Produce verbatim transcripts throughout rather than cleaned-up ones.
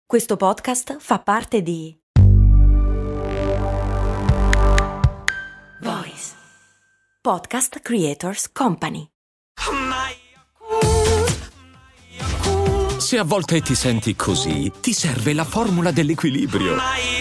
Questo podcast fa parte di Voice Podcast Creators Company. Se a volte ti senti così, ti serve la formula dell'equilibrio.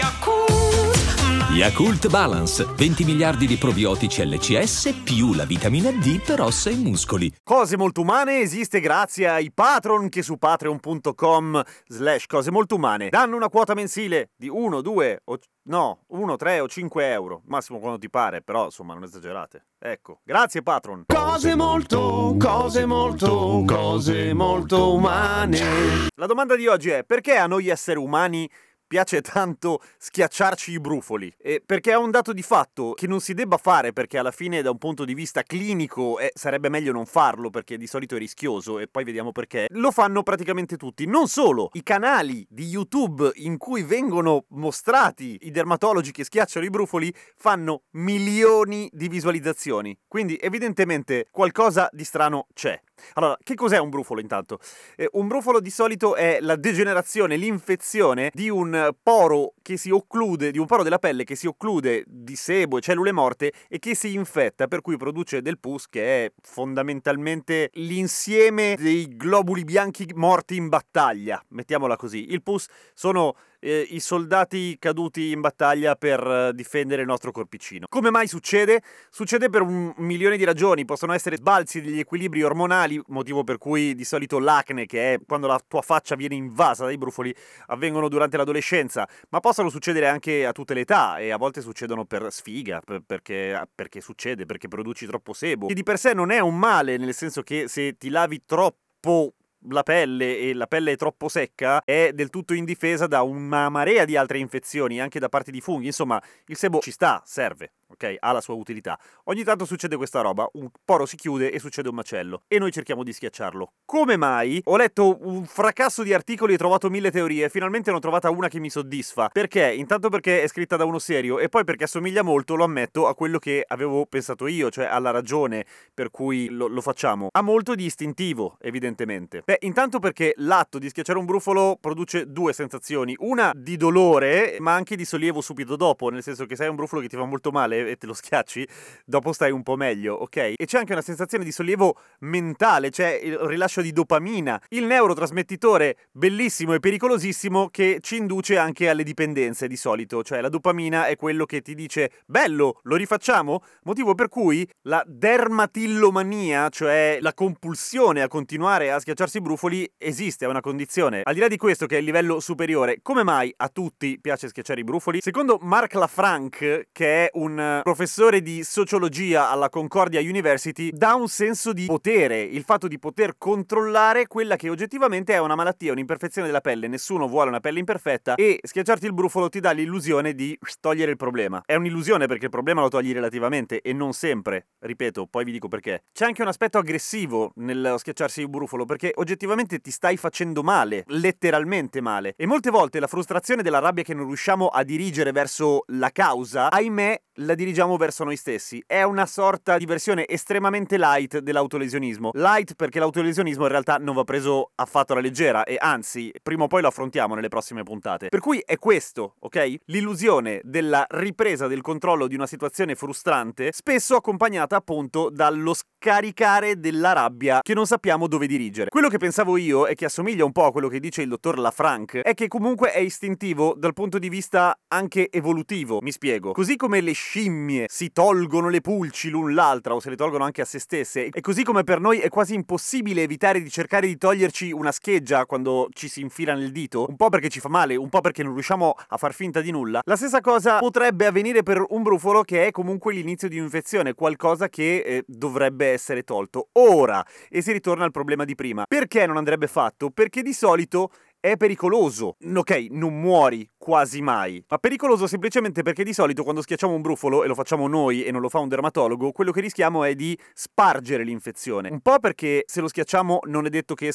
Yakult Balance, venti miliardi di probiotici L C S più la vitamina D per ossa e muscoli. Cose Molto Umane esiste grazie ai patron che su patreon.com slash cose molto umane danno una quota mensile di uno, due o no, uno, tre o cinque euro, massimo quando ti pare, però insomma non esagerate. Ecco, grazie patron. Cose molto, cose molto, cose molto umane. La domanda di oggi è: perché a noi esseri umani piace tanto schiacciarci i brufoli? E perché è un dato di fatto che non si debba fare, perché alla fine da un punto di vista clinico eh, sarebbe meglio non farlo, perché di solito è rischioso, e poi vediamo perché. Lo fanno praticamente tutti. Non solo, i canali di YouTube in cui vengono mostrati i dermatologi che schiacciano i brufoli fanno milioni di visualizzazioni, quindi evidentemente qualcosa di strano c'è. Allora, che cos'è un brufolo intanto? Eh, un brufolo di solito è la degenerazione, l'infezione di un poro che si occlude, di un poro della pelle che si occlude di sebo e cellule morte e che si infetta, per cui produce del pus, che è fondamentalmente l'insieme dei globuli bianchi morti in battaglia, mettiamola così. Il pus sono eh, i soldati caduti in battaglia per eh, difendere il nostro corpicino. Come mai succede? Succede per un milione di ragioni. Possono essere sbalzi degli equilibri ormonali, motivo per cui di solito l'acne, che è quando la tua faccia viene invasa dai brufoli, avvengono durante l'adolescenza, ma possono succedere anche a tutte le età, e a volte succedono per sfiga, per, perché, perché succede, perché produci troppo sebo, che di per sé non è un male, nel senso che se ti lavi troppo la pelle e la pelle è troppo secca, è del tutto indifesa da una marea di altre infezioni, anche da parte di funghi. Insomma, il sebo ci sta, serve, ok? Ha la sua utilità. Ogni tanto succede questa roba, un poro si chiude e succede un macello, e noi cerchiamo di schiacciarlo. Come mai? Ho letto un fracasso di articoli e trovato mille teorie, e finalmente ne ho trovata una che mi soddisfa. Perché? Intanto perché è scritta da uno serio, e poi perché assomiglia molto, lo ammetto, a quello che avevo pensato io, cioè alla ragione per cui lo, lo facciamo. Ha molto di istintivo, evidentemente. Beh, intanto perché l'atto di schiacciare un brufolo produce due sensazioni. Una di dolore, ma anche di sollievo subito dopo, nel senso che se hai un brufolo che ti fa molto male e te lo schiacci, dopo stai un po' meglio, ok? E c'è anche una sensazione di sollievo mentale, cioè il rilascio di dopamina, il neurotrasmettitore bellissimo e pericolosissimo che ci induce anche alle dipendenze di solito. Cioè la dopamina è quello che ti dice bello, lo rifacciamo? Motivo per cui la dermatillomania, cioè la compulsione a continuare a schiacciarsi i brufoli, esiste, è una condizione. Al di là di questo, che è il livello superiore, come mai a tutti piace schiacciare i brufoli? Secondo Mark LaFranc, che è un professore di sociologia alla Concordia University, dà un senso di potere, il fatto di poter controllare quella che oggettivamente è una malattia, un'imperfezione della pelle. Nessuno vuole una pelle imperfetta, e schiacciarti il brufolo ti dà l'illusione di togliere il problema. È un'illusione, perché il problema lo togli relativamente e non sempre, ripeto, poi vi dico perché. C'è anche un aspetto aggressivo nello schiacciarsi il brufolo, perché oggettivamente ti stai facendo male, letteralmente male, e molte volte la frustrazione della rabbia che non riusciamo a dirigere verso la causa, ahimè, la dirigiamo verso noi stessi. È una sorta di versione estremamente light dell'autolesionismo. Light perché l'autolesionismo in realtà non va preso affatto alla leggera, e anzi, prima o poi lo affrontiamo nelle prossime puntate. Per cui è questo, ok? L'illusione della ripresa del controllo di una situazione frustrante, spesso accompagnata appunto dallo scaricare della rabbia che non sappiamo dove dirigere. Quello che pensavo io, e che assomiglia un po' a quello che dice il dottor LaFranc, è che comunque è istintivo dal punto di vista anche evolutivo. Mi spiego. Così come le scimmie si tolgono le pulci l'un l'altra, o se le tolgono anche a se stesse, e così come per noi è quasi impossibile evitare di cercare di toglierci una scheggia quando ci si infila nel dito, un po' perché ci fa male, un po' perché non riusciamo a far finta di nulla, la stessa cosa potrebbe avvenire per un brufolo, che è comunque l'inizio di un'infezione, qualcosa che eh, dovrebbe essere tolto ora. E si ritorna al problema di prima. Perché non andrebbe fatto? Perché di solito è pericoloso. Ok, non muori quasi mai, ma pericoloso semplicemente perché di solito quando schiacciamo un brufolo, e lo facciamo noi e non lo fa un dermatologo, quello che rischiamo è di spargere l'infezione. Un po' perché se lo schiacciamo non è detto che esca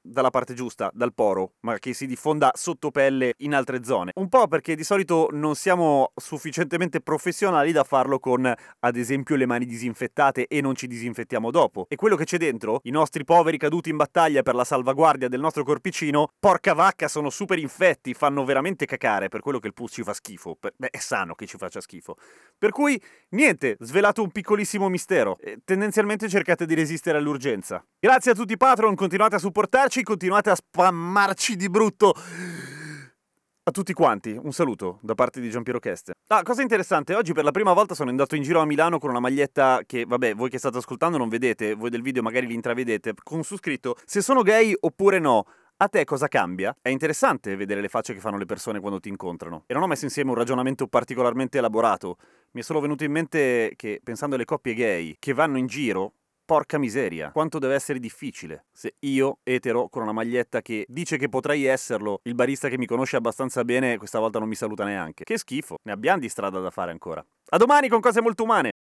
dalla parte giusta, dal poro, ma che si diffonda sotto pelle in altre zone. Un po' perché di solito non siamo sufficientemente professionali da farlo con, ad esempio, le mani disinfettate e non ci disinfettiamo dopo. E quello che c'è dentro, i nostri poveri caduti in battaglia per la salvaguardia del nostro corpicino, porca vacca, sono super infetti, fanno veramente cacare, per quello che il pus ci fa schifo. Per... Beh, è sano che ci faccia schifo. Per cui, niente, svelato un piccolissimo mistero. E tendenzialmente cercate di resistere all'urgenza. Grazie a tutti i Patreon, continuate a supportarci, continuate a spammarci di brutto. A tutti quanti, un saluto da parte di Giampiero Cheste. Ah, cosa interessante, oggi per la prima volta sono andato in giro a Milano con una maglietta che, vabbè, voi che state ascoltando non vedete, voi del video magari li intravedete, con su scritto se sono gay oppure no. A te cosa cambia? È interessante vedere le facce che fanno le persone quando ti incontrano. E non ho messo insieme un ragionamento particolarmente elaborato. Mi è solo venuto in mente che, pensando alle coppie gay che vanno in giro, porca miseria, quanto deve essere difficile. Se io, etero, con una maglietta che dice che potrei esserlo, il barista che mi conosce abbastanza bene, questa volta non mi saluta neanche. Che schifo, ne abbiamo di strada da fare ancora. A domani con cose molto umane!